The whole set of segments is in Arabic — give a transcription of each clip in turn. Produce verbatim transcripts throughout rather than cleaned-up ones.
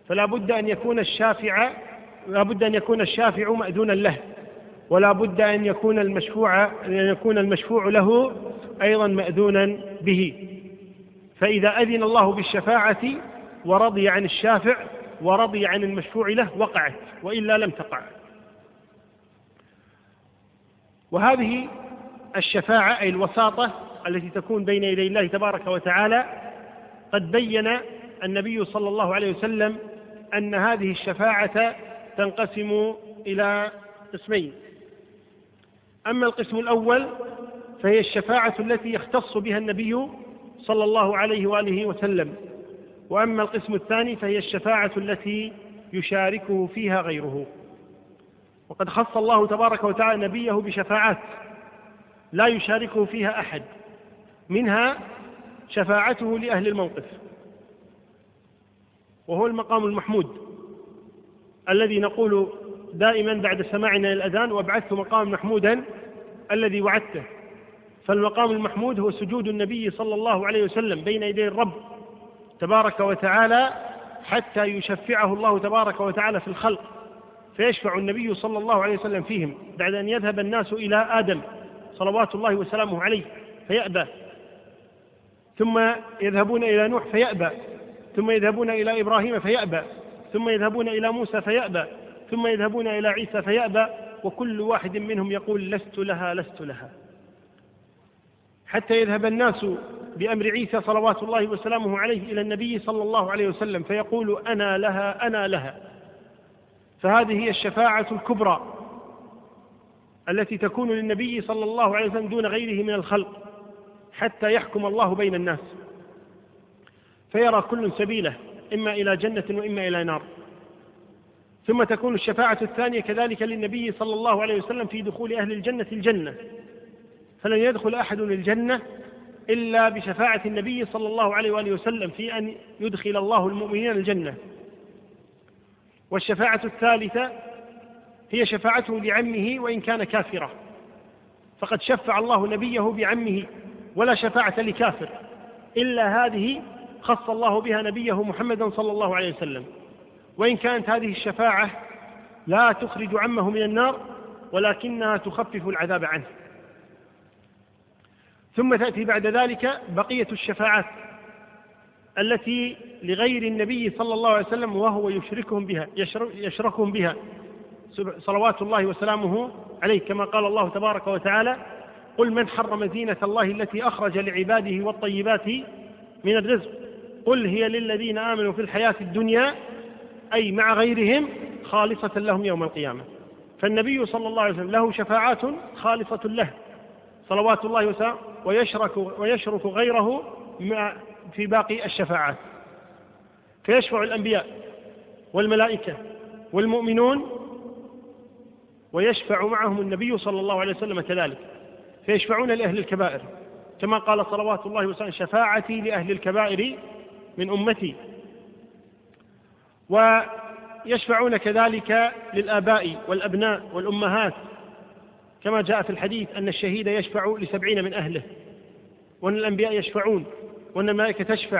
فلا بد أن يكون الشافع لا بد أن يكون الشافع مأذونا له، ولا بد أن يكون المشفوع أن يكون المشفوع له أيضا مأذونا به. فإذا أذن الله بالشفاعة ورضي عن الشافع ورضي عن المشفوع له وقعت، وإلا لم تقع. وهذه الشفاعة أي الوساطة التي تكون بين يدي الله تبارك وتعالى قد بين النبي صلى الله عليه وسلم أن هذه الشفاعة تنقسم إلى قسمين. أما القسم الأول فهي الشفاعة التي يختص بها النبي صلى الله عليه وآله وسلم، وأما القسم الثاني فهي الشفاعة التي يشاركه فيها غيره. وقد خص الله تبارك وتعالى نبيه بشفاعات لا يشاركه فيها أحد، منها شفاعته لأهل الموقف، وهو المقام المحمود الذي نقول دائما بعد سماعنا للأذان: وابعثت مقام محمودا الذي وعدته. فالمقام المحمود هو سجود النبي صلى الله عليه وسلم بين يدي الرب تبارك وتعالى حتى يشفعه الله تبارك وتعالى في الخلق، فيشفع النبي صلى الله عليه وسلم فيهم بعد أن يذهب الناس إلى آدم صلوات الله وسلامه عليه فيأبى، ثم يذهبون إلى نوح فيأبى، ثم يذهبون إلى إبراهيم فيأبى، ثم يذهبون إلى موسى فيأبى، ثم يذهبون إلى عيسى فيأبى، وكل واحد منهم يقول: لست لها لست لها، حتى يذهب الناس بأمر عيسى صلوات الله وسلامه عليه إلى النبي صلى الله عليه وسلم فيقول: أنا لها أنا لها. فهذه هي الشفاعة الكبرى التي تكون للنبي صلى الله عليه وسلم دون غيره من الخلق حتى يحكم الله بين الناس، فيرى كل سبيله إما إلى جنة وإما إلى نار. ثم تكون الشفاعة الثانية كذلك للنبي صلى الله عليه وسلم في دخول أهل الجنة الجنة، فلن يدخل أحد الجنة إلا بشفاعة النبي صلى الله عليه وآله وسلم في أن يدخل الله المؤمنين الجنة. والشفاعة الثالثة هي شفاعته لعمه وإن كان كافرا، فقد شفع الله نبيه بعمه ولا شفاعة لكافر إلا هذه خص الله بها نبيه محمدا صلى الله عليه وسلم، وإن كانت هذه الشفاعة لا تخرج عمه من النار ولكنها تخفف العذاب عنه. ثم تأتي بعد ذلك بقية الشفاعات التي لغير النبي صلى الله عليه وسلم وهو يشركهم بها يشركهم بها صلوات الله وسلامه عليه، كما قال الله تبارك وتعالى: قل من حرم زينة الله التي أخرج لعباده والطيبات من الرزق قل هي للذين آمنوا في الحياة الدنيا أي مع غيرهم خالصة لهم يوم القيامة. فالنبي صلى الله عليه وسلم له شفاعات خالصة له صلوات الله وسلامه، ويشرك, ويشرك غيره في باقي الشفاعات، فيشفع الأنبياء والملائكة والمؤمنون، ويشفع معهم النبي صلى الله عليه وسلم كذلك، فيشفعون لأهل الكبائر كما قال صلوات الله وسلامه: شفاعتي لأهل الكبائر من أمتي. ويشفعون كذلك للآباء والأبناء والأمهات، كما جاء في الحديث أن الشهيد يشفع لسبعين من أهله، وأن الأنبياء يشفعون، وأن الملائكة تشفع.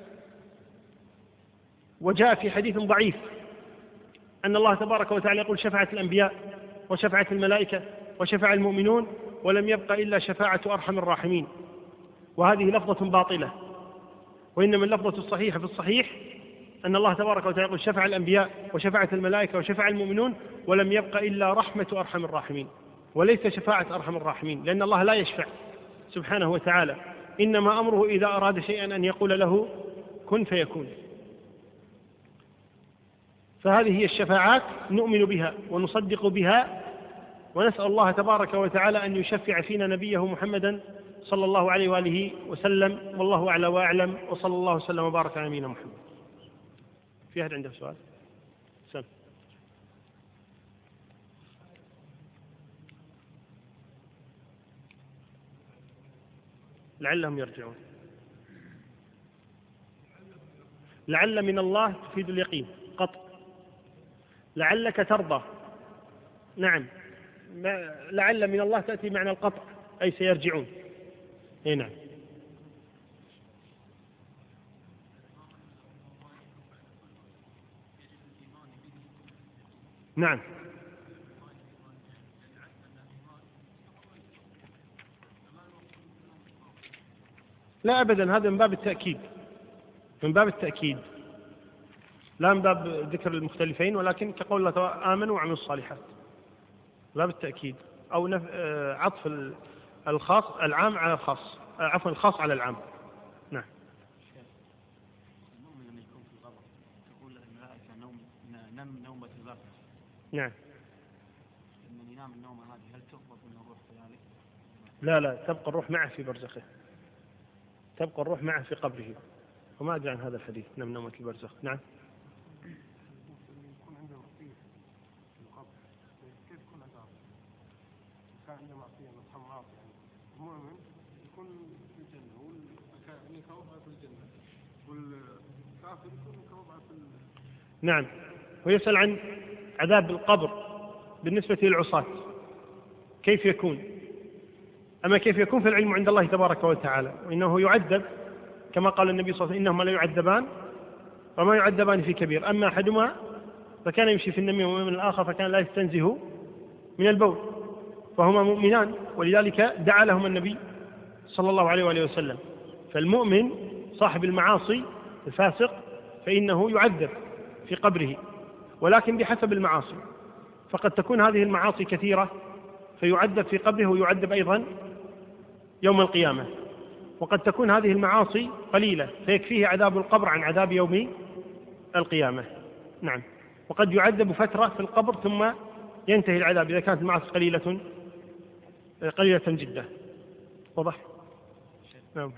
وجاء في حديث ضعيف أن الله تبارك وتعالى يقول: شفعت الأنبياء وشفعت الملائكة وشفع المؤمنون ولم يبق إلا شفاعة أرحم الراحمين. وهذه لفظة باطلة، وإنما اللفظة الصحيحة في الصحيح أن الله تبارك وتعالى يقول: شفع الأنبياء وشفعت الملائكة وشفع المؤمنون ولم يبق إلا رحمة أرحم الراحمين، وليس شفاعة أرحم الراحمين، لأن الله لا يشفع سبحانه وتعالى، إنما أمره إذا أراد شيئا أن يقول له كن فيكون. فهذه هي الشفاعات نؤمن بها ونصدق بها، ونسأل الله تبارك وتعالى أن يشفع فينا نبيه محمدا صلى الله عليه وآله وسلم، والله أعلى وأعلم، وصلى الله وسلم وبارك على نبينا محمد. في أحد عنده سؤال؟ سلام. لعلهم يرجعون. لعل من الله تفيد اليقين قطع. لعلك ترضى، نعم، لعل من الله تأتي معنى القطع أي سيرجعون. اي نعم. نعم. لا أبدا، هذا من باب التأكيد، من باب التأكيد، لا من باب ذكر المختلفين، ولكن كقول الله تعالى آمنوا وعملوا الصالحات، باب التأكيد، أو نف... عطف الخاص العام على الخاص، عفوا الخاص على العام. نعم. المؤمن لما يكون في القبر تقول الملائكة نوم نم نومة البرد. نعم. لما ينام النومة هذه هل تقبض من الروح كذلك؟ لا لا، تبقى الروح معه في برزخه، تبقى الروح معه في قبره، وما أدري عن هذا الحديث نم نومة البرزخ. نعم. يكون عنده معصية في القبر، كيف يكون عنده كان عنده معصية متحمل معصية يعني المؤمن يكون في الجنة والكافر في الجنة والكافر يكون كوضع في ال... نعم. ويسأل عن عذاب القبر بالنسبة للعصاة كيف يكون؟ أما كيف يكون في العلم عند الله تبارك وتعالى، وإنه يعذب كما قال النبي صلى الله عليه وسلم إنهما لا يعذبان وما يعذبان في كبير، أما أحدهما فكان يمشي في النميمة ومن الآخر فكان لا يستنزه من البول، فهما مؤمنان، ولذلك دعا لهم النبي صلى الله عليه وآله وسلم. فالمؤمن صاحب المعاصي الفاسق فإنه يعذب في قبره، ولكن بحسب المعاصي، فقد تكون هذه المعاصي كثيرة فيعذب في قبره ويعذب أيضا يوم القيامة، وقد تكون هذه المعاصي قليلة فيكفيه عذاب القبر عن عذاب يوم القيامة. نعم. وقد يعذب فترة في القبر ثم ينتهي العذاب إذا كانت المعاصي قليلة قليلة جدا. واضح؟ نعم.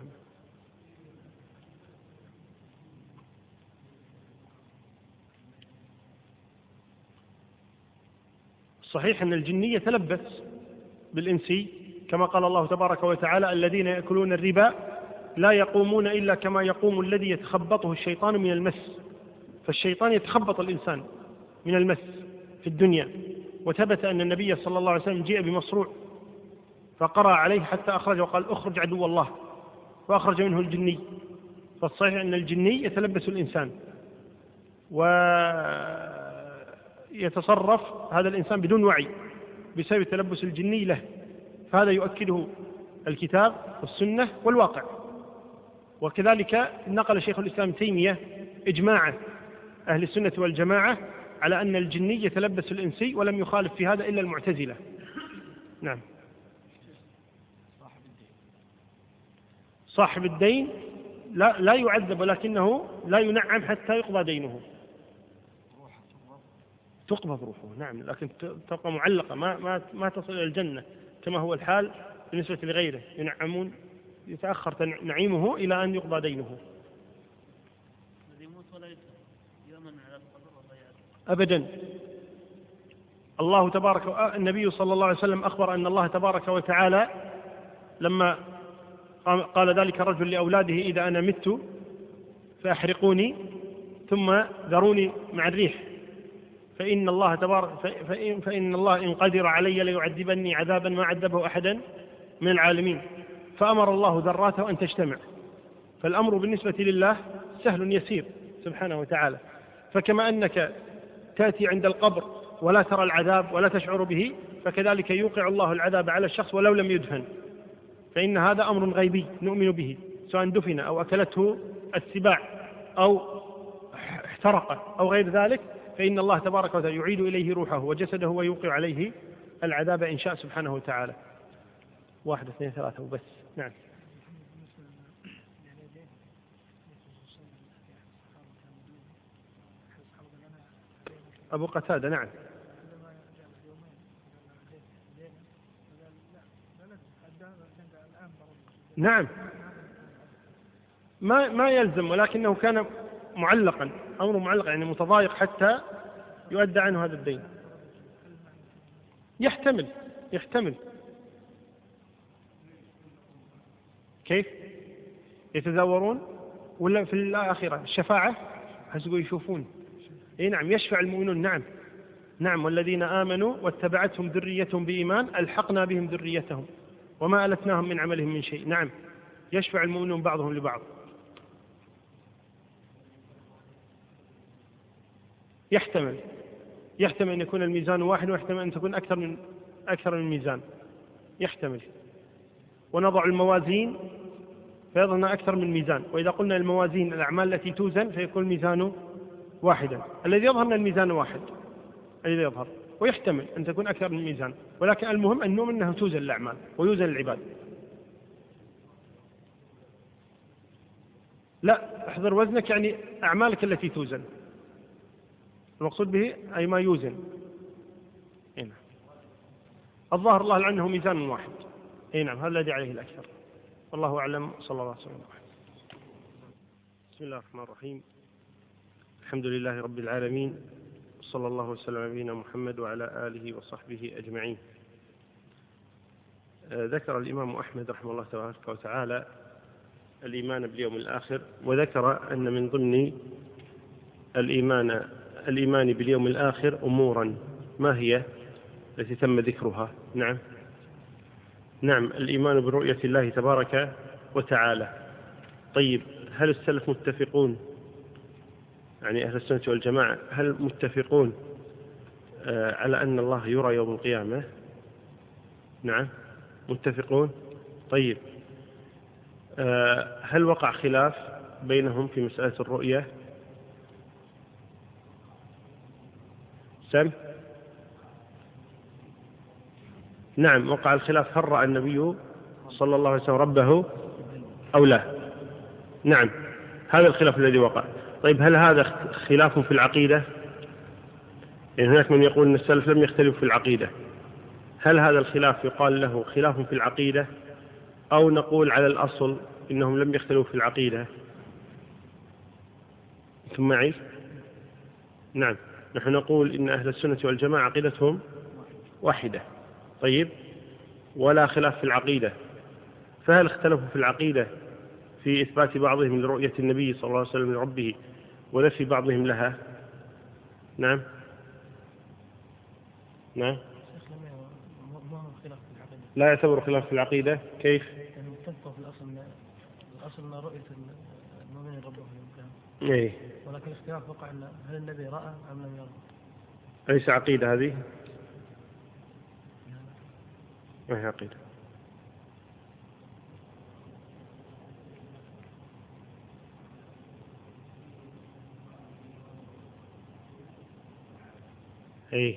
صحيح أن الجني يتلبس بالإنسي كما قال الله تبارك وتعالى الذين يأكلون الربا لا يقومون إلا كما يقوم الذي يتخبطه الشيطان من المس، فالشيطان يتخبط الإنسان من المس في الدنيا. وثبت أن النبي صلى الله عليه وسلم جاء بمصروع فقرأ عليه حتى أخرج وقال أخرج عدو الله، فأخرج منه الجني. فالصحيح أن الجني يتلبس الإنسان ويتصرف هذا الإنسان بدون وعي بسبب تلبس الجني له، فهذا يؤكده الكتاب والسنة والواقع. وكذلك نقل شيخ الإسلام تيمية إجماع أهل السنة والجماعة على أن الجني يتلبس الإنسي، ولم يخالف في هذا إلا المعتزلة. نعم. صاحب الدين لا, لا يعذب، ولكنه لا ينعم حتى يقضى دينه. تقبض روحه، نعم، لكن تبقى معلقة، ما, ما, ما تصل إلى الجنة كما هو الحال بالنسبة لغيره، ينعمون يتأخر نعيمه إلى أن يقضى دينه. أبدا. الله تبارك النبي صلى الله عليه وسلم أخبر أن الله تبارك وتعالى لما قال ذلك الرجل لأولاده إذا أنا مت فأحرقوني ثم ذروني مع الريح فإن الله تبارك فإن, فإن الله إن قدر علي ليعذبني عذابا ما عذبه أحدا من العالمين، فأمر الله ذراته أن تجتمع. فالأمر بالنسبة لله سهل يسير سبحانه وتعالى. فكما أنك تأتي عند القبر ولا ترى العذاب ولا تشعر به، فكذلك يوقع الله العذاب على الشخص ولو لم يدفن، فإن هذا أمر غيبي نؤمن به، سواء دفن أو أكلته السباع أو احترق أو غير ذلك، فإن الله تبارك وتعالى يعيد إليه روحه وجسده ويوقع عليه العذاب إن شاء سبحانه وتعالى. واحد اثنين ثلاثة وبس. نعم. أبو قتادة. نعم. نعم. ما ما يلزم، ولكنه كان معلقا، أمره معلق يعني متضايق حتى يؤدى عنه هذا الدين. يحتمل يحتمل كيف يتزاورون ولا في الآخرة الشفاعة حسبوا يشوفون. إيه نعم، يشفع المؤمنون. نعم نعم. والذين آمنوا واتبعتهم ذريتهم بإيمان ألحقنا بهم ذريتهم وما ألتناهم من عملهم من شيء. نعم، يشفع المؤمنون بعضهم لبعض. يحتمل يحتمل أن يكون الميزان واحد، ويحتمل أن تكون أكثر من أكثر من ميزان، يحتمل. ونضع الموازين فيظهر أكثر من ميزان، وإذا قلنا الموازين الأعمال التي توزن فيكون الميزان واحدا. الذي يظهر أن الميزان واحد الذي يظهر، ويحتمل أن تكون أكثر من ميزان، ولكن المهم أن نؤمن أنها توزن الأعمال ويوزن العباد. لا، احذر وزنك يعني أعمالك التي توزن، المقصود به أي ما يوزن. هنا الظاهر الله عنه ميزان واحد. اي نعم، هذا الذي عليه الأكثر، والله أعلم. صلى الله عليه وسلم. بسم الله الرحمن الرحيم. الحمد لله رب العالمين، صلى الله وسلم على نبينا محمد وعلى آله وصحبه أجمعين. ذكر الإمام أحمد رحمه الله تبارك وتعالى الإيمان باليوم الآخر، وذكر أن من ضمن الإيمان الإيمان باليوم الآخر أمورا. ما هي التي تم ذكرها؟ نعم نعم الإيمان برؤية الله تبارك وتعالى. طيب، هل السلف متفقون، يعني أهل السنة والجماعة، هل متفقون على أن الله يرى يوم القيامة؟ نعم متفقون. طيب، هل وقع خلاف بينهم في مسألة الرؤية؟ سم نعم وقع الخلاف، هل رأى النبي صلى الله عليه وسلم ربه أو لا؟ نعم، هذا الخلاف الذي وقع. طيب، هل هذا خلاف في العقيدة؟ يعني هناك من يقول أن السلف لم يختلفوا في العقيدة، هل هذا الخلاف يقال له خلاف في العقيدة، أو نقول على الأصل إنهم لم يختلفوا في العقيدة؟ ثم معي؟ نعم، نحن نقول إن أهل السنة والجماعة عقيدتهم واحدة. طيب، ولا خلاف في العقيدة، فهل اختلفوا في العقيدة في إثبات بعضهم لرؤية النبي صلى الله عليه وسلم لربه ونفي بعضهم لها؟ نعم نعم لا يعتبر خلاف في العقيدة. كيف؟ يعني متفق في الأصل الأصل أن رؤية المؤمن ربه إيه، ولكن الاختلاف وقع أن هل النبي رأى أم لم يرى. ليس عقيدة هذه، ما هي عقيدة. ايه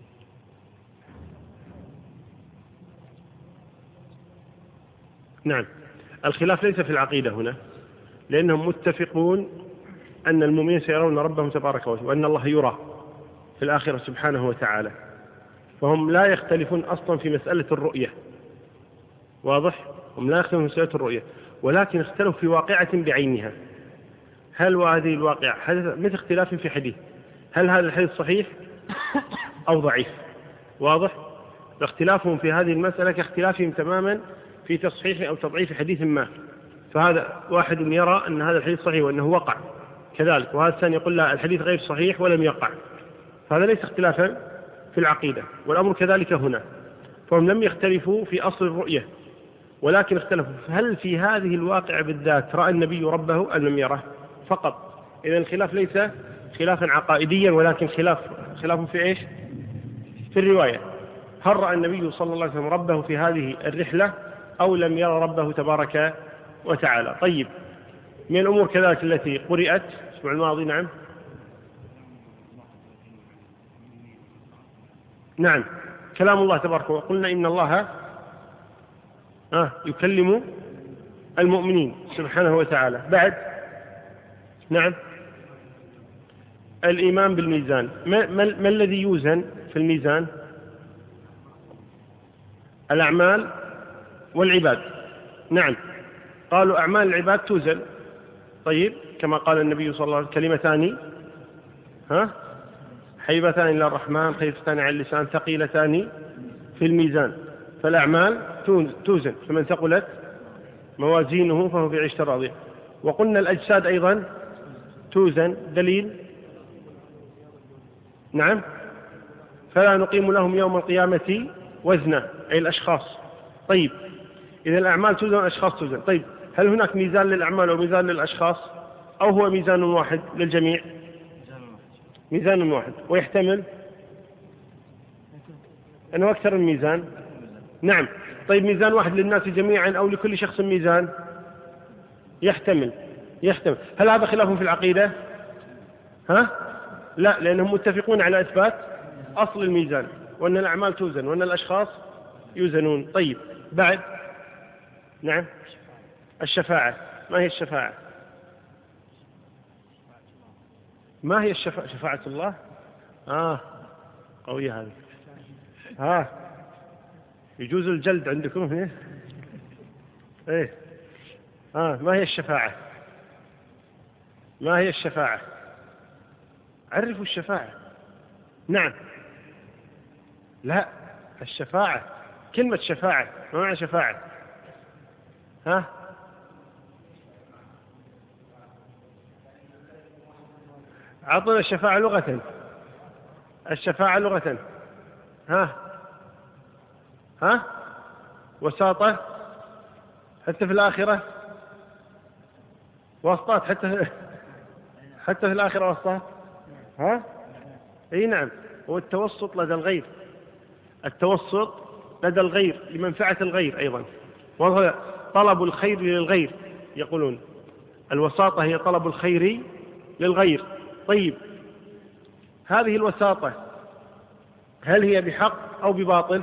نعم، الخلاف ليس في العقيدة هنا، لأنهم متفقون أن المؤمنين سيرون ربهم تبارك وتعالى، وأن الله يرى في الآخرة سبحانه وتعالى، فهم لا يختلفون أصلا في مسألة الرؤية. واضح؟ هم لا يختلفون في مسألة الرؤية، ولكن اختلفوا في واقعة بعينها. هل وهذه الواقعة حدث مثل اختلاف في حديث، هل هذا الحديث صحيح أو ضعيف؟ واضح؟ فاختلافهم في هذه المسألة كاختلافهم تماما في تصحيح أو تضعيف حديث ما، فهذا واحد يرى أن هذا الحديث صحيح وأنه وقع كذلك، وهذا الثاني يقول لا الحديث غير صحيح ولم يقع، فهذا ليس اختلافا في العقيدة. والأمر كذلك هنا، فهم لم يختلفوا في أصل الرؤية، ولكن اختلفوا هل في هذه الواقع بالذات رأى النبي ربه أم لم يره فقط. إذن الخلاف ليس خلافا عقائديا، ولكن خلاف خلاف في إيش؟ في الرواية، هل رأى النبي صلى الله عليه وسلم ربه في هذه الرحلة أو لم يرى ربه تبارك وتعالى. طيب، من الأمور كذلك التي قرأت الأسبوع الماضي. نعم نعم كلام الله تبارك وتعالى، قلنا إن الله آه يكلم المؤمنين سبحانه وتعالى. بعد نعم الإيمان بالميزان. ما, ما, ما الذي يوزن في الميزان؟ الأعمال والعباد. نعم، قالوا أعمال العباد توزن. طيب، كما قال النبي صلى الله عليه وسلم كلمتان ها حبيبتان إلى الرحمن خفيفتان على اللسان ثقيلتان في الميزان. فالأعمال توزن، فمن ثقلت موازينه فهو في عيشة راضية. وقلنا الأجساد أيضا توزن. دليل؟ نعم، فلا نقيم لهم يوم القيامة وزنا، أي الأشخاص. طيب، إذا الأعمال توزن والأشخاص توزن. طيب، هل هناك ميزان للأعمال وميزان للأشخاص، أو هو ميزان واحد للجميع؟ ميزان واحد، ويحتمل أنه أكثر من ميزان. نعم. طيب ميزان واحد للناس جميعا أو لكل شخص ميزان؟ يحتمل يحتمل هل هذا خلاف في العقيدة؟ ها؟ لا، لأنهم متفقون على إثبات أصل الميزان، وأن الأعمال توزن وأن الأشخاص يوزنون. طيب بعد. نعم. الشفاعة، ما هي الشفاعة؟ ما هي الشفاعة؟ شفاعة الله. آه قوية هذه. ها آه. يجوز الجلد عندكم هنا؟ ايه آه. ما هي الشفاعة؟ ما هي الشفاعة؟ عرفوا الشفاعة. نعم. لا، الشفاعة كلمة شفاعة، ما معنى شفاعة؟ ها؟ عطنا الشفاعة لغة. الشفاعة لغة. ها؟ ها؟ وساطة حتى في الآخرة، واسطات حتى حتى في الآخرة واسطات. ها؟ اي نعم. هو التوسط لدى الغير، التوسط لدى الغير لمنفعة الغير أيضا، وهو طلب الخير للغير. يقولون الوساطة هي طلب الخير للغير. طيب هذه الوساطة هل هي بحق أو بباطل؟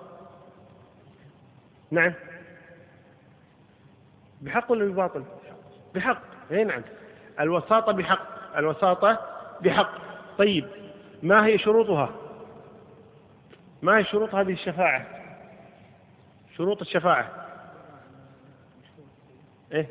نعم. بحق ولا بباطل؟ بحق. اي نعم. الوساطة بحق، الوساطة بحق. طيب ما هي شروطها؟ ما هي شروط هذه الشفاعة؟ شروط الشفاعة ايه؟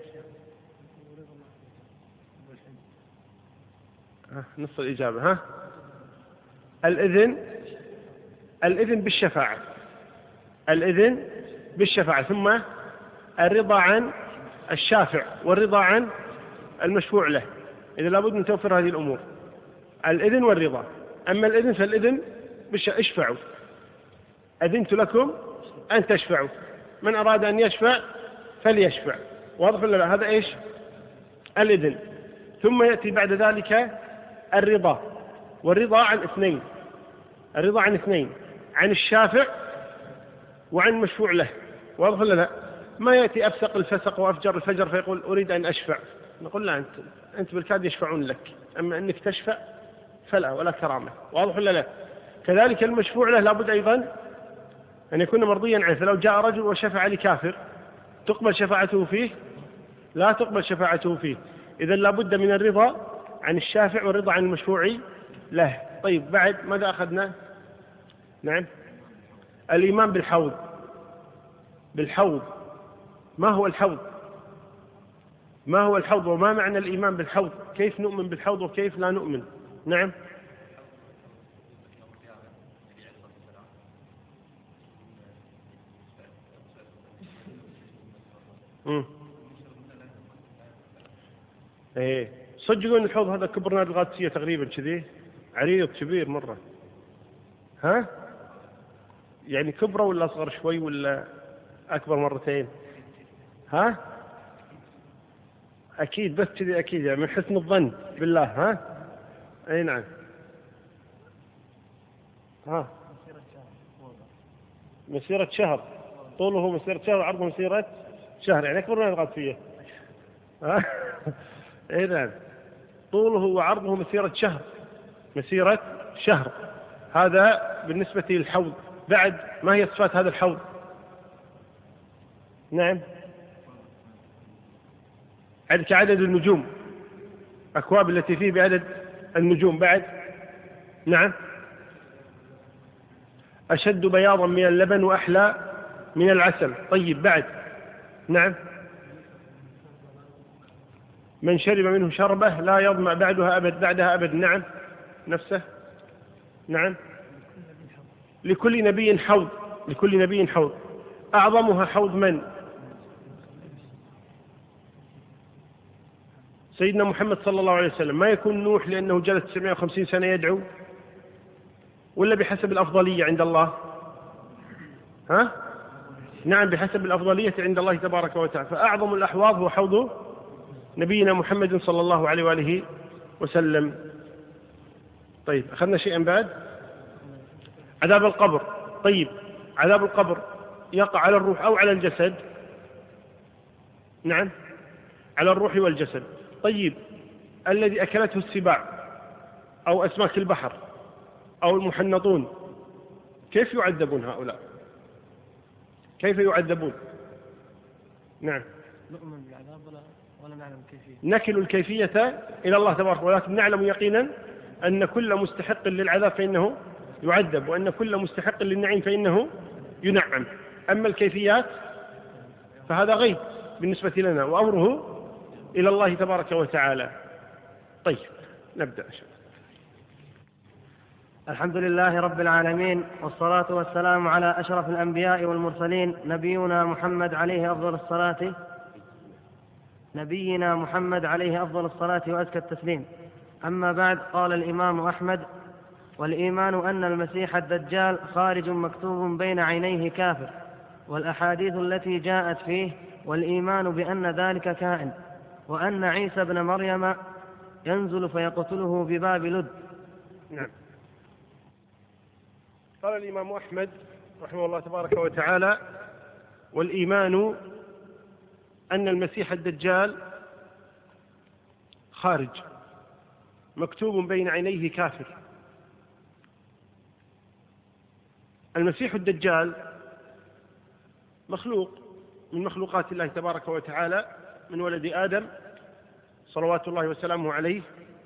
نصف الإجابة. ها؟ الإذن الإذن بالشفاعة، الإذن بالشفاعة، ثم الرضا عن الشافع والرضا عن المشفوع له. إذا لابد من توفر هذه الأمور، الإذن والرضا. أما الإذن فالإذن اشفعوا، أذنت لكم أن تشفعوا، من أراد أن يشفع فليشفع. واضح ولا لا؟ هذا إيش؟ الإذن. ثم يأتي بعد ذلك الرضا، والرضا عن اثنين، الرضا عن اثنين، عن الشافع وعن المشفوع له. واضح ولا لا؟ ما يأتي أفسق الفسق وأفجر الفجر فيقول أريد أن أشفع، نقول لا، أنت أنت بالكاد يشفعون لك، أما أنك تشفع فلا، ولا كرامة. واضح ولا لا؟ كذلك المشفوع له لابد أيضا أن يكون مرضيا عنه، فلو جاء رجل وشفع لكافر تقبل شفاعته فيه؟ لا تقبل شفاعته فيه. إذن لابد من الرضا عن الشافع والرضا عن المشفوع له. طيب بعد ماذا أخذنا؟ نعم. الإيمان بالحوض. بالحوض، ما هو الحوض؟ ما هو الحوض وما معنى الإيمان بالحوض؟ كيف نؤمن بالحوض وكيف لا نؤمن؟ نعم. امم ايه صدقون الحوض هذا كبر نادي القادسية تقريبا كذي، عريض كبير مرة. ها؟ يعني كبره ولا أصغر شوي ولا أكبر مرتين؟ ها؟ أكيد بس كذي أكيد، يعني من حسن الظن بالله. ها؟ أي نعم. ها؟ مسيرة شهر، طوله مسيرة شهر وعرضه مسيرة شهر، يعني أكبر من القادسية. ها؟ أي نعم. طوله وعرضه مسيرة شهر، مسيرة شهر. هذا بالنسبة للحوض. بعد ما هي صفات هذا الحوض؟ نعم. عدد كعدد النجوم، أكواب التي فيه بعدد النجوم. بعد نعم. أشد بياضا من اللبن وأحلى من العسل. طيب بعد نعم. من شرب منه شربة لا يظمأ بعدها أبد بعدها أبد. نعم نفسه. نعم. لكل نبي حوض، لكل نبي حوض. أعظمها حوض من؟ سيدنا محمد صلى الله عليه وسلم. ما يكون نوح لأنه جلس سبعمائة وخمسين سنة يدعو، ولا بحسب الأفضلية عند الله؟ ها؟ نعم بحسب الأفضلية عند الله تبارك وتعالى. فأعظم الأحواض هو حوض نبينا محمد صلى الله عليه وآله وسلم. طيب أخذنا شيئا بعد؟ عذاب القبر. طيب عذاب القبر يقع على الروح أو على الجسد؟ نعم، على الروح والجسد. طيب الذي أكلته السباع أو أسماك البحر أو المحنطون كيف يعذبون هؤلاء؟ كيف يعذبون؟ نعم، نؤمن بالعذاب ولا ولا نعلم كيفية. نكل الكيفية إلى الله تبارك، ولكن نعلم يقينا أن كل مستحق للعذاب فإنه يعذب، وأن كل مستحق للنعيم فإنه ينعم. أما الكيفيات فهذا غيب بالنسبة لنا، وأمره إلى الله تبارك وتعالى. طيب نبدأ. الحمد لله رب العالمين، والصلاة والسلام على أشرف الأنبياء والمرسلين، نبينا محمد عليه أفضل الصلاة نبينا محمد عليه أفضل الصلاة وأزكى التسليم. أما بعد، قال الإمام أحمد: والإيمان أن المسيح الدجال خارج مكتوب بين عينيه كافر، والأحاديث التي جاءت فيه، والإيمان بأن ذلك كائن، وأن عيسى ابن مريم ينزل فيقتله بباب لد. نعم. قال الإمام أحمد رحمه الله تبارك وتعالى: والإيمان أن المسيح الدجال خارج مكتوب بين عينيه كافر. المسيح الدجال مخلوق من مخلوقات الله تبارك وتعالى، من ولد آدم صلوات الله وسلامه عليه،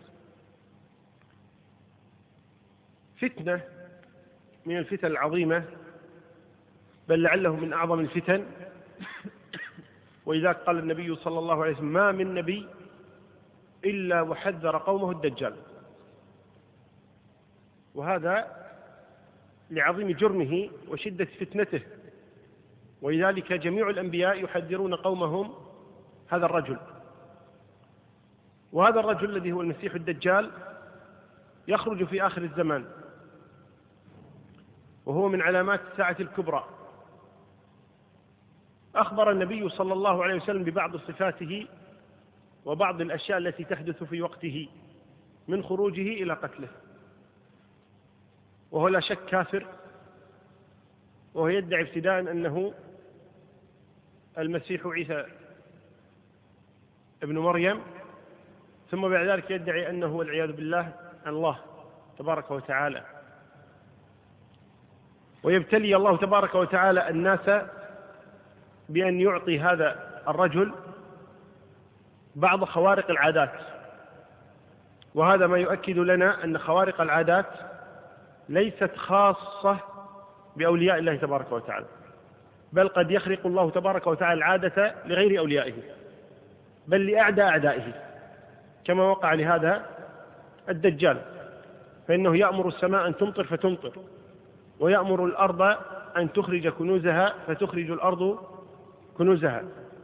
فتنة من الفتن العظيمة، بل لعله من أعظم الفتن. ولذلك قال النبي صلى الله عليه وسلم: ما من نبي إلا وحذر قومه الدجال. وهذا لعظيم جرمه وشدة فتنته، ولذلك جميع الأنبياء يحذرون قومهم هذا الرجل. وهذا الرجل الذي هو المسيح الدجال يخرج في آخر الزمان، وهو من علامات الساعة الكبرى. أخبر النبي صلى الله عليه وسلم ببعض صفاته وبعض الأشياء التي تحدث في وقته من خروجه إلى قتله. وهو لا شك كافر، وهو يدعي ابتداء أنه المسيح عيسى ابن مريم، ثم بعد ذلك يدعي أنه والعياذ بالله الله تبارك وتعالى. ويبتلي الله تبارك وتعالى الناس بأن يعطي هذا الرجل بعض خوارق العادات. وهذا ما يؤكد لنا أن خوارق العادات ليست خاصة بأولياء الله تبارك وتعالى، بل قد يخرق الله تبارك وتعالى العادة لغير أوليائه، بل لأعداء أعدائه، كما وقع لهذا الدجال، فإنه يأمر السماء أن تمطر فتمطر، ويأمر الأرض أن تخرج كنوزها فتخرج الأرض كنوزها.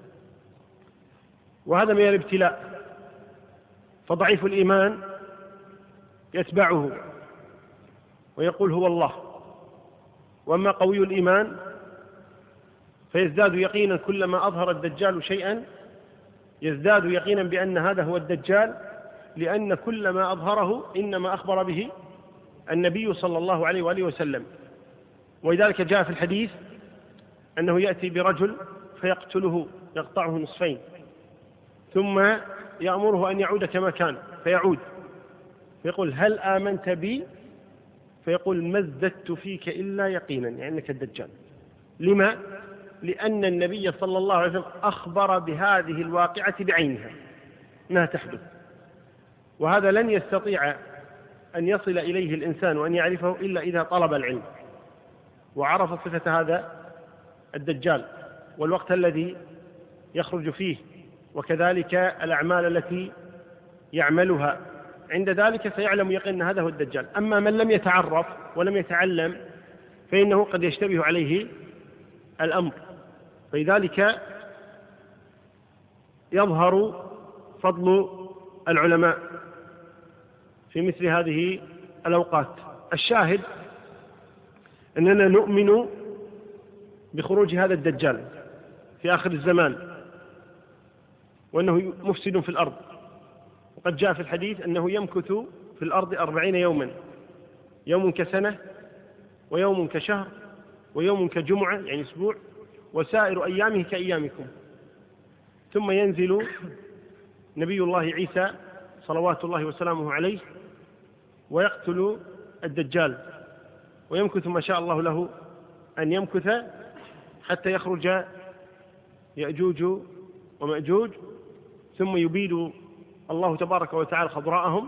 وهذا من الابتلاء. فضعيف الإيمان يتبعه ويقول هو الله، وأما قوي الإيمان فيزداد يقينا كلما أظهر الدجال شيئا، يزداد يقينا بأن هذا هو الدجال، لأن كل ما أظهره إنما أخبر به النبي صلى الله عليه وآله وسلم. ولذلك جاء في الحديث أنه يأتي برجل فيقتله، يقطعه نصفين، ثم يأمره أن يعود كما كان، فيعود فيقول: هل آمنت بي؟ فيقول: ما ازددت فيك إلا يقينا، يعني أنك الدجال. لما؟ لأن النبي صلى الله عليه وسلم أخبر بهذه الواقعة بعينها أنها تحدث. وهذا لن يستطيع أن يصل إليه الإنسان وأن يعرفه إلا إذا طلب العلم وعرف صفة هذا الدجال والوقت الذي يخرج فيه، وكذلك الأعمال التي يعملها. عند ذلك سيعلم يقين أن هذا هو الدجال. أما من لم يتعرف ولم يتعلم فإنه قد يشتبه عليه الأمر. فلذلك يظهر فضل العلماء في مثل هذه الأوقات. الشاهد أننا نؤمن بخروج هذا الدجال في آخر الزمان، وأنه مفسد في الأرض. وقد جاء في الحديث أنه يمكث في الأرض أربعين يوما، يوم كسنة ويوم كشهر ويوم كجمعة يعني أسبوع، وسائر أيامه كأيامكم. ثم ينزل نبي الله عيسى صلوات الله وسلامه عليه ويقتل الدجال، ويمكث ما شاء الله له أن يمكث حتى يخرج يأجوج ومأجوج، ثم يبيد الله تبارك وتعالى خضراءهم،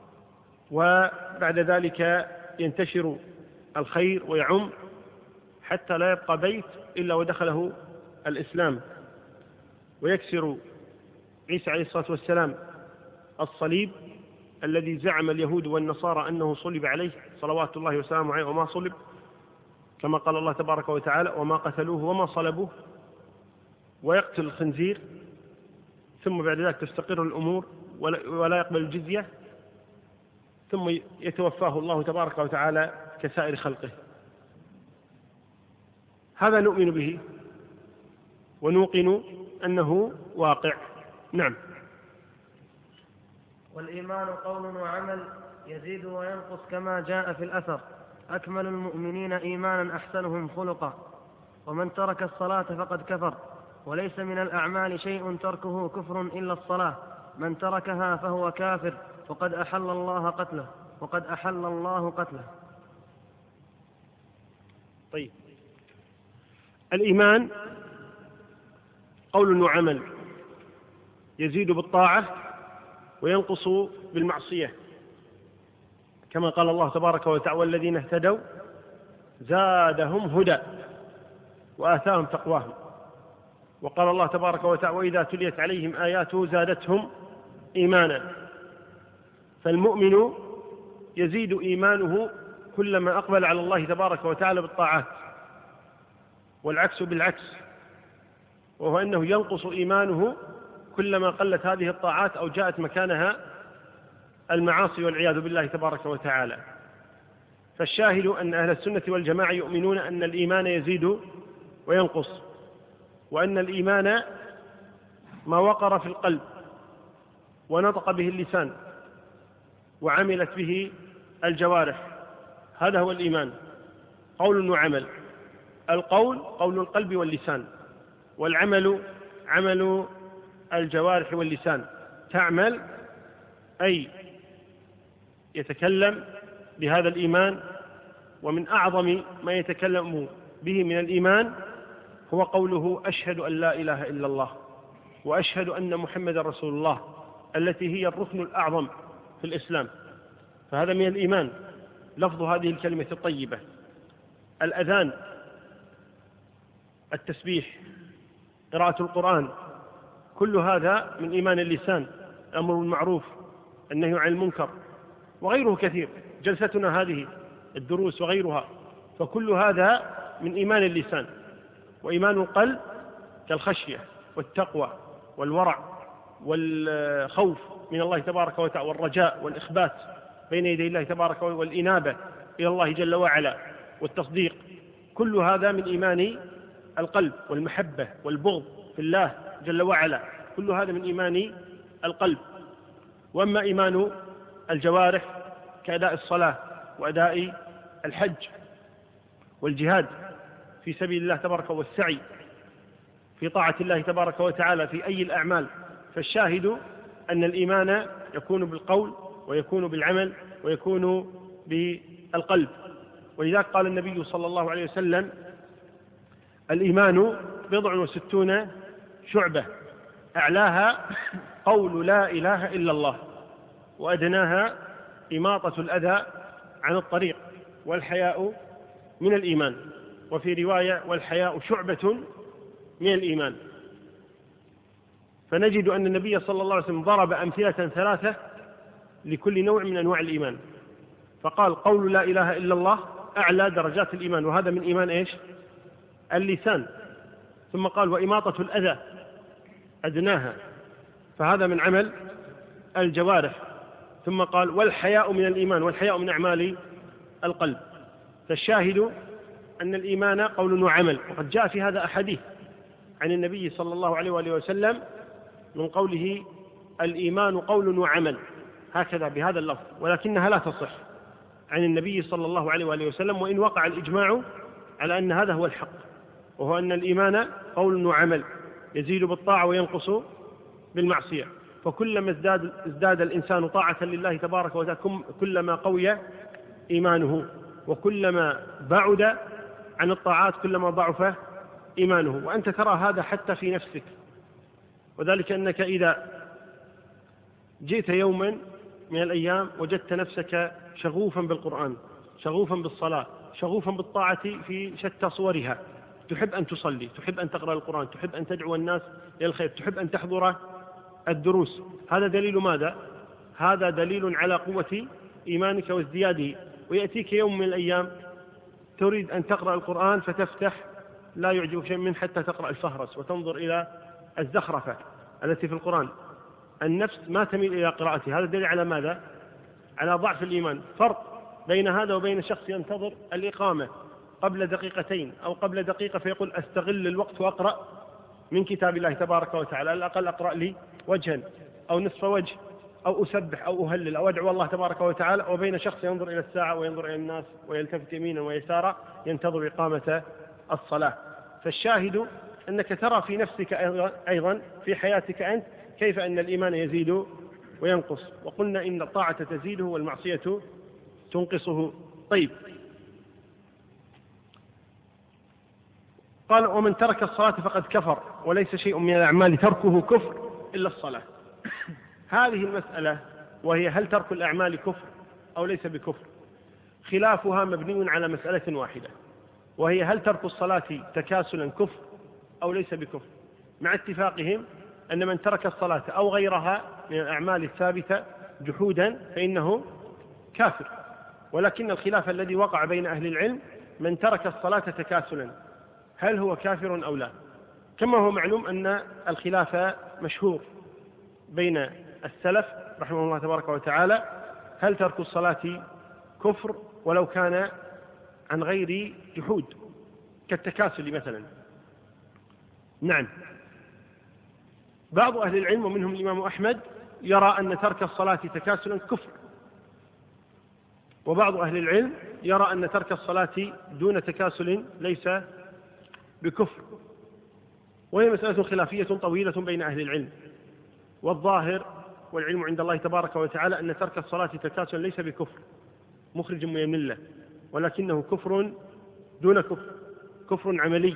وبعد ذلك ينتشر الخير ويعم حتى لا يبقى بيت إلا ودخله الإسلام. ويكسر عيسى عليه الصلاة والسلام الصليب الذي زعم اليهود والنصارى أنه صلب عليه صلوات الله وسلامه عليه، وما صلب، كما قال الله تبارك وتعالى: وما قتلوه وما صلبوه. ويقتل الخنزير، ثم بعد ذلك تستقر الأمور ولا يقبل الجزية، ثم يتوفاه الله تبارك وتعالى كسائر خلقه. هذا نؤمن به ونوقن أنه واقع. نعم. والإيمان قول وعمل يزيد وينقص كما جاء في الأثر: أكمل المؤمنين إيمانا أحسنهم خلقا، ومن ترك الصلاة فقد كفر، وليس من الأعمال شيء تركه كفر إلا الصلاة، من تركها فهو كافر، وقد أحل الله قتله وقد أحل الله قتله. طيب، الإيمان قول وعمل يزيد بالطاعة وينقص بالمعصية، كما قال الله تبارك وتعالى: والذين اهتدوا زادهم هدى وآتاهم تقواهم. وقال الله تبارك وتعالى: وإذا تليت عليهم آياته زادتهم إيمانا. فالمؤمن يزيد إيمانه كلما أقبل على الله تبارك وتعالى بالطاعات، والعكس بالعكس، وهو أنه ينقص إيمانه كلما قلت هذه الطاعات أو جاءت مكانها المعاصي والعياذ بالله تبارك وتعالى. فالشاهد أن أهل السنة والجماعة يؤمنون أن الإيمان يزيد وينقص، وأن الإيمان ما وقر في القلب ونطق به اللسان وعملت به الجوارح، هذا هو الإيمان، قول وعمل. القول قول القلب واللسان، والعمل عمل الجوارح واللسان. تعمل أي يتكلم بهذا الإيمان. ومن أعظم ما يتكلم به من الإيمان هو قوله: أشهد أن لا إله إلا الله وأشهد أن محمد رسول الله، التي هي الركن الأعظم في الإسلام. فهذا من الإيمان، لفظ هذه الكلمة الطيبة. الأذان، التسبيح، قراءة القرآن، كل هذا من إيمان اللسان، الأمر بالمعروف، النهي عن المنكر، وغيره كثير، جلستنا هذه، الدروس وغيرها، فكل هذا من إيمان اللسان. وإيمان القلب كالخشية والتقوى والورع والخوف من الله تبارك وتعالى، والرجاء والإخبات بين يدي الله تبارك وتعالى، والإنابة إلى الله جل وعلا، والتصديق، كل هذا من إيمان القلب، والمحبة والبغض في الله جل وعلا، كل هذا من إيمان القلب. وأما إيمان الجوارح كأداء الصلاة وأداء الحج والجهاد في سبيل الله تبارك، والسعي في طاعة الله تبارك وتعالى في أي الأعمال. فالشاهد أن الإيمان يكون بالقول ويكون بالعمل ويكون بالقلب. ولذلك قال النبي صلى الله عليه وسلم: الإيمان بضع وستون شعبة، أعلاها قول لا إله إلا الله، وأدناها إماطة الأذى عن الطريق، والحياء من الإيمان. وفي رواية: والحياء شعبة من الإيمان. فنجد أن النبي صلى الله عليه وسلم ضرب أمثلة ثلاثة لكل نوع من أنواع الإيمان، فقال: قول لا إله إلا الله أعلى درجات الإيمان، وهذا من إيمان إيش؟ اللسان. ثم قال: وإماطة الأذى أدناها، فهذا من عمل الجوارح. ثم قال: والحياء من الإيمان، والحياء من أعمال القلب. فالشاهد أن الإيمان قول وعمل. وقد جاء في هذا أحاديث عن النبي صلى الله عليه وآله وسلم من قوله: الإيمان قول وعمل، هكذا بهذا اللفظ، ولكنها لا تصح عن النبي صلى الله عليه وآله وسلم، وإن وقع الإجماع على أن هذا هو الحق، وهو أن الإيمان قول وعمل يزيد بالطاعة وينقص بالمعصية. فكلما ازداد, ازداد الإنسان طاعة لله تبارك وتعالى كلما قوي إيمانه، وكلما بعد عن الطاعات كلما ضعف إيمانه. وأنت ترى هذا حتى في نفسك، وذلك أنك إذا جئت يوما من الأيام وجدت نفسك شغوفا بالقرآن، شغوفا بالصلاة، شغوفا بالطاعة في شتى صورها، تحب أن تصلي، تحب أن تقرأ القرآن، تحب أن تدعو الناس إلى الخير، تحب أن تحضر الدروس، هذا دليل ماذا؟ هذا دليل على قوة إيمانك وازدياده. ويأتيك يوم من الأيام تريد أن تقرأ القرآن فتفتح لا يعجبك شيء من حتى تقرأ الفهرس وتنظر إلى الزخرفة التي في القرآن، النفس ما تميل إلى قراءته. هذا دليل على ماذا؟ على ضعف الإيمان. فرق بين هذا وبين شخص ينتظر الإقامة قبل دقيقتين أو قبل دقيقة فيقول أستغل الوقت وأقرأ من كتاب الله تبارك وتعالى، على الأقل أقرأ لي وجها أو نصف وجه أو أسبح أو أهلل أو أدعو الله تبارك وتعالى، وبين شخص ينظر إلى الساعة وينظر إلى الناس ويلتفت يمينا ويسارا ينتظر إقامة الصلاة. فالشاهد أنك ترى في نفسك أيضا في حياتك أنت كيف أن الإيمان يزيد وينقص، وقلنا إن الطاعة تزيده والمعصية تنقصه. طيب، قال ومن ترك الصلاة فقد كفر وليس شيء من الأعمال تركه كفر إلا الصلاة. هذه المسألة وهي هل ترك الأعمال كفر أو ليس بكفر، خلافها مبني على مسألة واحدة، وهي هل ترك الصلاة تكاسلا كفر أو ليس بكفر، مع اتفاقهم أن من ترك الصلاة أو غيرها من الأعمال الثابتة جحودا فإنه كافر. ولكن الخلاف الذي وقع بين أهل العلم من ترك الصلاة تكاسلا هل هو كافر أو لا، كما هو معلوم أن الخلاف مشهور بين السلف رحمه الله تبارك وتعالى هل ترك الصلاة كفر ولو كان عن غير جحود كالتكاسل مثلا. نعم، بعض أهل العلم ومنهم الإمام أحمد يرى أن ترك الصلاة تكاسلا كفر، وبعض أهل العلم يرى أن ترك الصلاة دون تكاسل ليس بكفر، وهي مسألة خلافية طويلة بين أهل العلم. والظاهر والعلم عند الله تبارك وتعالى أن ترك الصلاة تكاسلا ليس بكفر مخرج من الملة، ولكنه كفر دون كفر، كفر عملي،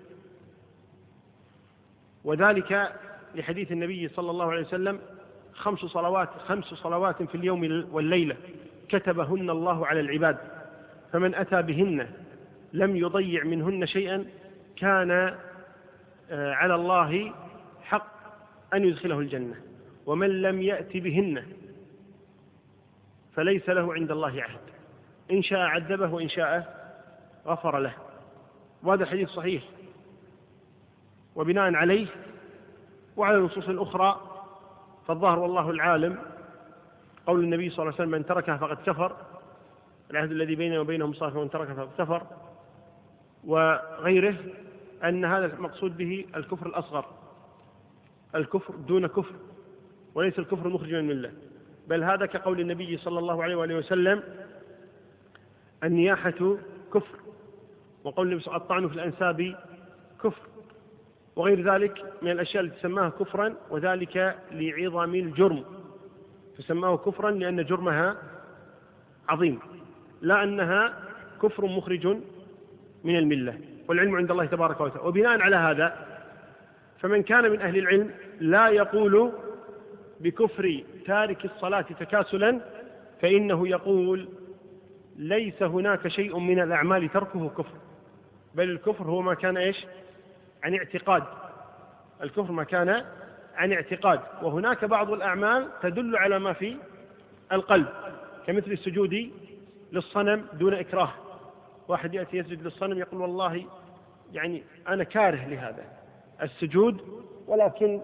وذلك لحديث النبي صلى الله عليه وسلم خمس صلوات خمس صلوات في اليوم والليلة كتبهن الله على العباد، فمن أتى بهن لم يضيع منهن شيئا كان على الله حق أن يدخله الجنة، ومن لم يأتي بهن فليس له عند الله عهد، إن شاء عذبه وإن شاء غفر له. وهذا الحديث صحيح، وبناء عليه وعلى النصوص الأخرى فالظاهر والله العالم قول النبي صلى الله عليه وسلم من تركها فقد كفر، العهد الذي بيننا وبينهم صالح ومن تركها فقد كفر، وغيره أن هذا المقصود به الكفر الأصغر، الكفر دون كفر، وليس الكفر المخرج من الملة، بل هذا كقول النبي صلى الله عليه وآله وسلم النياحة كفر، وقول النبي صلى الله عليه وسلم الطعن في الأنساب كفر، وغير ذلك من الأشياء التي سماها كفرا، وذلك لعظم الجرم، فسماه كفرا لأن جرمها عظيم، لا أنها كفر مخرج من الملة، والعلم عند الله تبارك وتعالى. وبناء على هذا فمن كان من أهل العلم لا يقول بكفر تارك الصلاة تكاسلا، فإنه يقول ليس هناك شيء من الأعمال تركه كفر، بل الكفر هو ما كان إيش؟ عن اعتقاد، الكفر ما كان عن اعتقاد، وهناك بعض الأعمال تدل على ما في القلب، كمثل السجود للصنم دون إكراه، واحد يأتي يسجد للصنم يقول والله يعني أنا كاره لهذا السجود، ولكن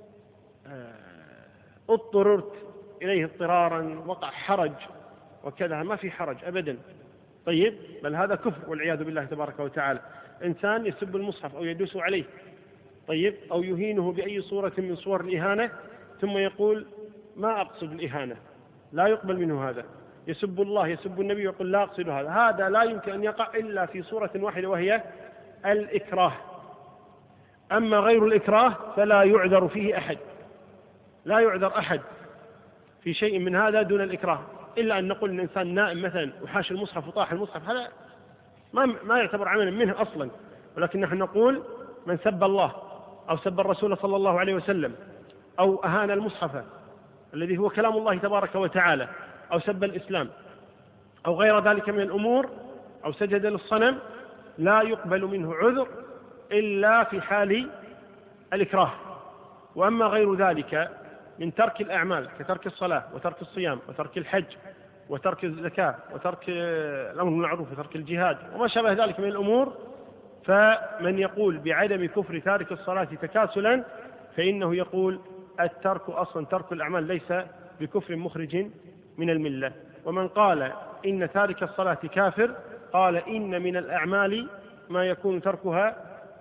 اضطررت إليه اضطرارا، وقع حرج وكذا، ما في حرج أبدا. طيب، بل هذا كفر والعياذ بالله تبارك وتعالى. إنسان يسب المصحف أو يدوس عليه، طيب، أو يهينه بأي صورة من صور الإهانة، ثم يقول ما أقصد الإهانة، لا يقبل منه هذا، يسب الله يسب النبي يقول لا أقصد هذا، هذا لا يمكن أن يقع إلا في صورة واحدة وهي الإكراه. أما غير الإكراه فلا يعذر فيه أحد، لا يعذر أحد في شيء من هذا دون الإكراه، إلا أن نقول الإنسان نائم مثلا وحاش المصحف وطاح المصحف، هذا ما ما يعتبر عملا منه أصلا. ولكن نحن نقول من سب الله أو سب الرسول صلى الله عليه وسلم أو أهان المصحف الذي هو كلام الله تبارك وتعالى أو سب الإسلام أو غير ذلك من الأمور أو سجد للصنم لا يقبل منه عذر إلا في حال الإكراه. وأما غير ذلك من ترك الأعمال كترك الصلاة وترك الصيام وترك الحج وترك الزكاة وترك الأمر بالمعروف وترك الجهاد وما شابه ذلك من الأمور، فمن يقول بعدم كفر تارك الصلاة تكاسلا فإنه يقول الترك أصلا ترك الأعمال ليس بكفر مخرج من الملة. ومن قال إن تارك الصلاة كافر قال إن من الأعمال ما يكون تركها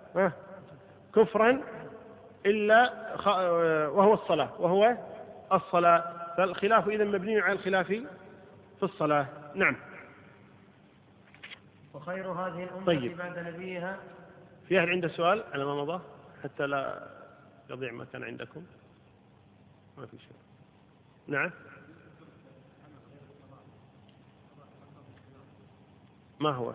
كفرا إلا وهو الصلاة وهو الصلاة فالخلاف إذن مبني على الخلاف في الصلاة. نعم. وخير هذه الأمة طيب. بعد نبيها. في أحد عنده سؤال على ما مضى حتى لا يضيع ما كان عندكم؟ ما في شيء. نعم. ما هو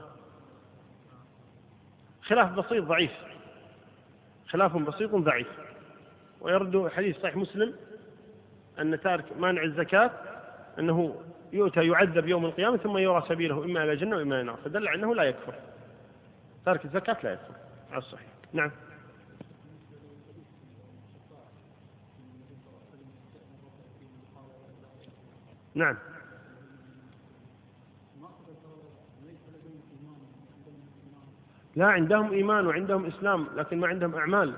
خلاف بسيط ضعيف، خلاف بسيط ضعيف. ويرد حديث صحيح مسلم أن تارك مانع الزكاة أنه يؤتى يعذب يوم القيامة ثم يرى سبيله إما إلى الجنة وإما إلى النار، فدل على أنه لا يكفر، تارك الزكاة لا يكفر على الصحيح. نعم. نعم. لا، عندهم إيمان وعندهم إسلام لكن ما عندهم أعمال.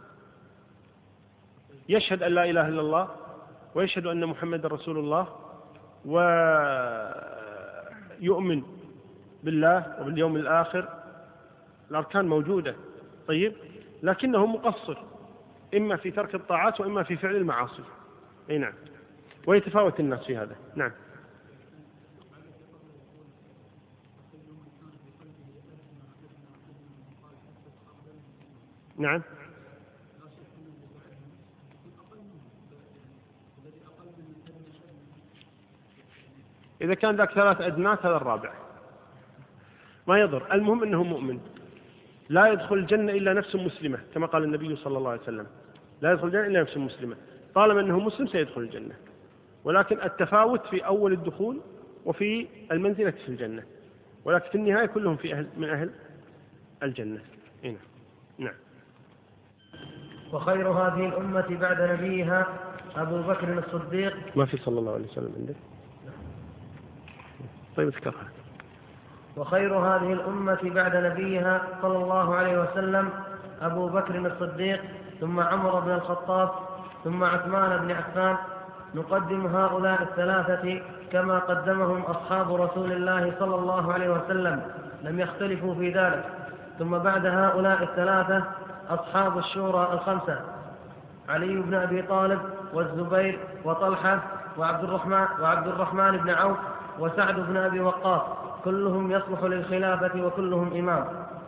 يشهد أن لا إله إلا الله ويشهد أن محمد رسول الله ويؤمن بالله وباليوم الآخر، الأركان موجودة. طيب، لكنه مقصر إما في ترك الطاعات وإما في فعل المعاصي. أي نعم، ويتفاوت الناس في هذا. نعم. نعم. إذا كان ذاك ثلاث أدنات هذا الرابع ما يضر، المهم أنه مؤمن. لا يدخل الجنة إلا نفس مسلمة كما قال النبي صلى الله عليه وسلم، لا يدخل الجنة إلا نفس مسلمة. طالما أنه مسلم سيدخل الجنة، ولكن التفاوت في أول الدخول وفي المنزلة في الجنة، ولكن في النهاية كلهم في أهل من أهل الجنة. هنا. نعم. وخير هذه الأمة بعد نبيها أبو بكر الصديق. ما في صلى الله عليه وسلم عندك؟ طيب اذكرها. وخير هذه الأمة بعد نبيها صلى الله عليه وسلم أبو بكر الصديق، ثم عمر بن الخطاب، ثم عثمان بن عفان. نقدم هؤلاء الثلاثة كما قدمهم أصحاب رسول الله صلى الله عليه وسلم، لم يختلفوا في ذلك. ثم بعد هؤلاء الثلاثة أصحاب الشورى الخمسة: علي بن أبي طالب والزبير وطلحة وعبد الرحمن, وعبد الرحمن بن عوف وسعد بن أبي وقاص، كلهم يصلح للخلافة وكلهم إمام.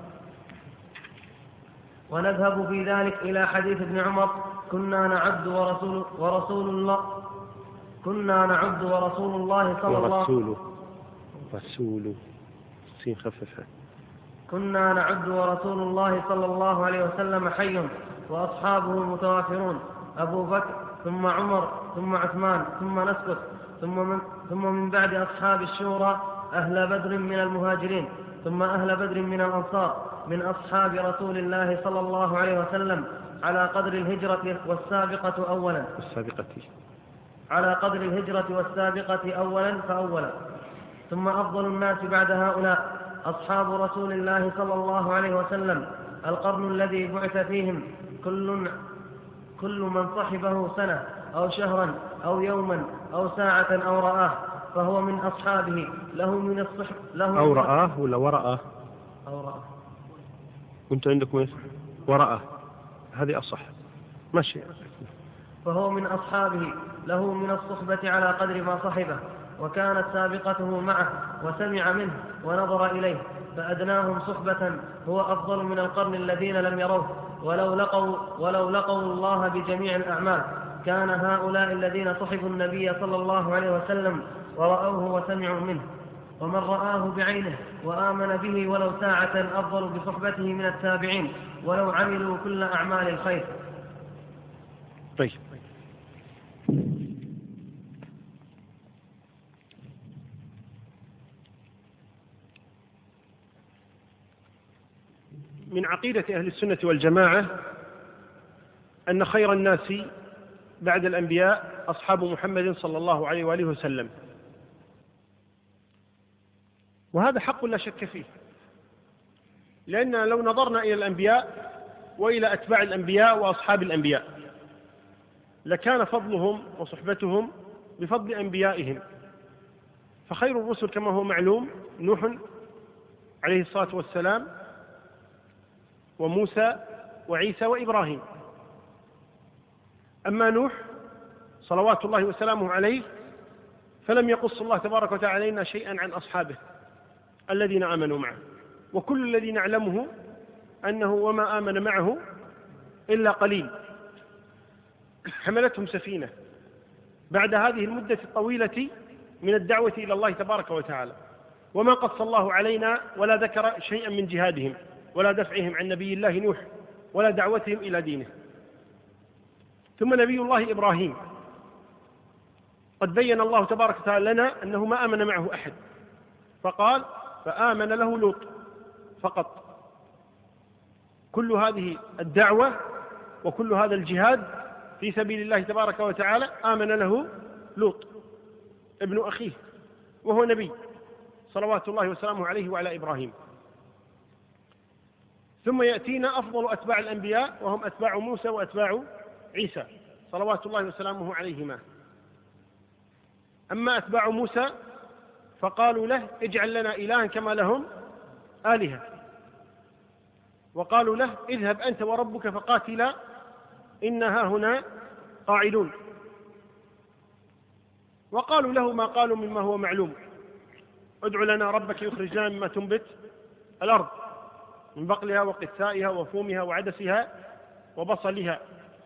ونذهب في ذلك إلى حديث ابن عمر: كنا نعد ورسول, ورسول الله كنا نعد ورسول الله صلى الله ورسوله رسول سين خففها كنا نعد ورسول الله صلى الله عليه وسلم حي وأصحابه متوافرون: أبو بكر ثم عمر ثم عثمان ثم نسكت. ثم من, ثم من بعد أصحاب الشورى أهل بدر من المهاجرين، ثم أهل بدر من الأنصار من أصحاب رسول الله صلى الله عليه وسلم على قدر الهجرة والسابقة أولا السابقة على قدر الهجرة والسابقة أولا فأولا. ثم أفضل الناس بعد هؤلاء أصحاب رسول الله صلى الله عليه وسلم، القرن الذي بعث فيهم كل كل من صحبه سنة أو شهرا أو يوما أو ساعة أو رآه فهو من أصحابه، له من الصحب له أو رآه ولا ورآه؟ أو رآه. كنت عندكم ايش؟ ورآه، هذه أصح. ماشي. فهو من أصحابه، له من الصحبة على قدر ما صحبه. وكانت سابقته معه وسمع منه ونظر إليه، فأدناهم صحبة هو أفضل من القرن الذين لم يروه ولو لقوا, ولو لقوا الله بجميع الأعمال. كان هؤلاء الذين صحبوا النبي صلى الله عليه وسلم ورأوه وسمعوا منه، ومن رآه بعينه وآمن به ولو ساعة أفضل بصحبته من التابعين ولو عملوا كل أعمال الخير. طيب، من عقيدة أهل السنة والجماعة أن خير الناس بعد الأنبياء أصحاب محمد صلى الله عليه وآله وسلم، وهذا حق لا شك فيه، لأننا لو نظرنا إلى الأنبياء وإلى أتباع الأنبياء وأصحاب الأنبياء لكان فضلهم وصحبتهم بفضل أنبيائهم. فخير الرسل كما هو معلوم نوح عليه الصلاة والسلام، وموسى وعيسى وإبراهيم. أما نوح صلوات الله وسلامه عليه فلم يقص الله تبارك وتعالى علينا شيئا عن أصحابه الذين آمنوا معه، وكل الذي نعلمه أنه وما آمن معه إلا قليل، حملتهم سفينة بعد هذه المدة الطويلة من الدعوة إلى الله تبارك وتعالى، وما قص الله علينا ولا ذكر شيئا من جهادهم ولا دفعهم عن نبي الله نوح ولا دعوتهم إلى دينه. ثم نبي الله إبراهيم قد بين الله تبارك وتعالى لنا أنه ما آمن معه أحد، فقال فآمن له لوط فقط. كل هذه الدعوة وكل هذا الجهاد في سبيل الله تبارك وتعالى آمن له لوط ابن أخيه، وهو نبي صلوات الله وسلامه عليه وعلى إبراهيم. ثم يأتينا أفضل أتباع الأنبياء وهم أتباع موسى وأتباع عيسى صلوات الله وسلامه عليهما. أما أتباع موسى فقالوا له اجعل لنا إلها كما لهم آلهة، وقالوا له اذهب أنت وربك فقاتلا إنها هنا قاعدون، وقالوا له ما قالوا مما هو معلوم، ادع لنا ربك يخرج لنا مما تنبت الأرض من بقلها وقثائها وفومها وعدسها وبصلها،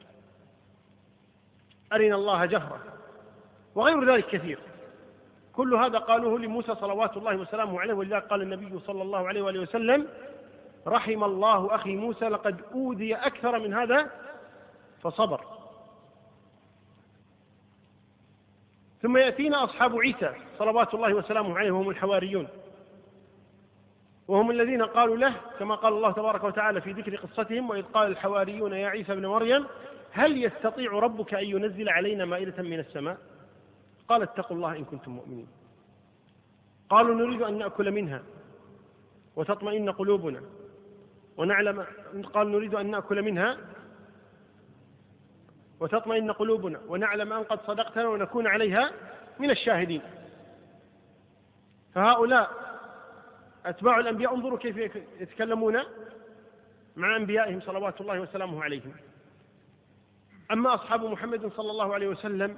أرنا الله جهرة، وغير ذلك كثير. كل هذا قالوه لموسى صلوات الله وسلامه عليه، ولذلك قال النبي صلى الله عليه وآله وسلم رحم الله أخي موسى لقد أوذي أكثر من هذا فصبر. ثم يأتينا أصحاب عيسى صلوات الله وسلامه عليه وهم الحواريون، وهم الذين قالوا له كما قال الله تبارك وتعالى في ذكر قصتهم وإذ قال الحواريون يا عيسى ابن مريم هل يستطيع ربك أن ينزل علينا مائدة من السماء؟ قال اتقوا الله إن كنتم مؤمنين. قالوا نريد أن نأكل منها وتطمئن قلوبنا ونعلم قال نريد أن نأكل منها وتطمئن قلوبنا ونعلم أن قد صدقتنا ونكون عليها من الشاهدين. فهؤلاء أتباع الأنبياء انظروا كيف يتكلمون مع أنبيائهم صلوات الله وسلامه عليهم. أما أصحاب محمد صلى الله عليه وسلم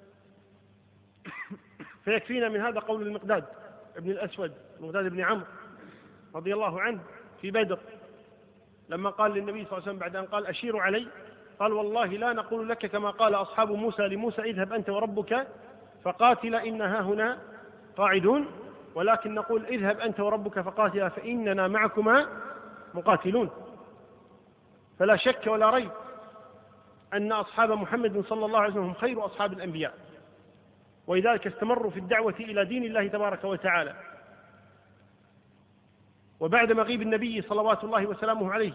فيكفينا من هذا قول المقداد ابن الأسود المقداد بن عمرو رضي الله عنه في بدر لما قال للنبي صلى الله عليه وسلم بعد أن قال أشيروا علي، قال والله لا نقول لك كما قال أصحاب موسى لموسى اذهب أنت وربك فقاتل إنها هنا قاعدون، ولكن نقول اذهب أنت وربك فقاتل فإننا معكما مقاتلون. فلا شك ولا ريب أن أصحاب محمد صلى الله عليه وسلم هم خير أصحاب الأنبياء، ولذلك استمروا في الدعوة إلى دين الله تبارك وتعالى. وبعد مغيب النبي صلوات الله وسلامه عليه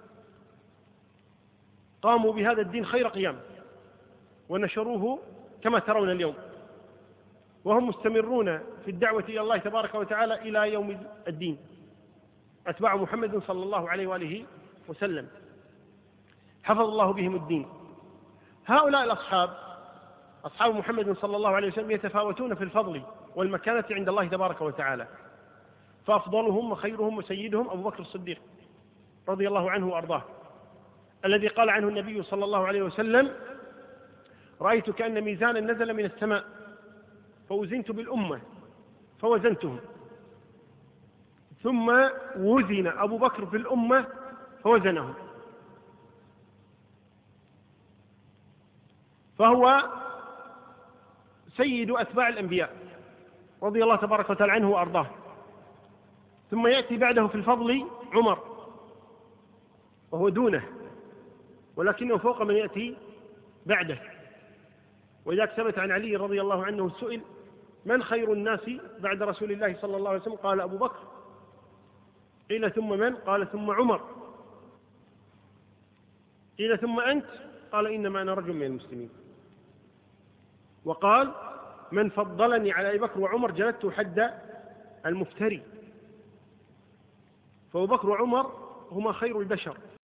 قاموا بهذا الدين خير قيام ونشروه كما ترون اليوم، وهم مستمرون في الدعوة إلى الله تبارك وتعالى إلى يوم الدين، أتباع محمد صلى الله عليه وآله وسلم حفظ الله بهم الدين. هؤلاء الأصحاب أصحاب محمد صلى الله عليه وسلم يتفاوتون في الفضل والمكانة عند الله تبارك وتعالى، فأفضلهم وخيرهم وسيدهم أبو بكر الصديق رضي الله عنه وأرضاه، الذي قال عنه النبي صلى الله عليه وسلم رأيت كأن ميزانا نزل من السماء فوزنت بالأمة فوزنتهم، ثم وزن أبو بكر في الأمة فوزنهم، فهو سيد أتباع الأنبياء رضي الله تبارك وتعالى عنه وأرضاه. ثم يأتي بعده في الفضل عمر وهو دونه، ولكنه فوق من يأتي بعده. وإذا ثبت عن علي رضي الله عنه سئل: من خير الناس بعد رسول الله صلى الله عليه وسلم؟ قال: أبو بكر. قيل: ثم من؟ قال: ثم عمر. قيل: ثم أنت؟ قال: إنما أنا رجل من المسلمين. وقال: من فضلني على أبي بكر وعمر جلدت حد المفتري. فأبو بكر وعمر هما خير البشر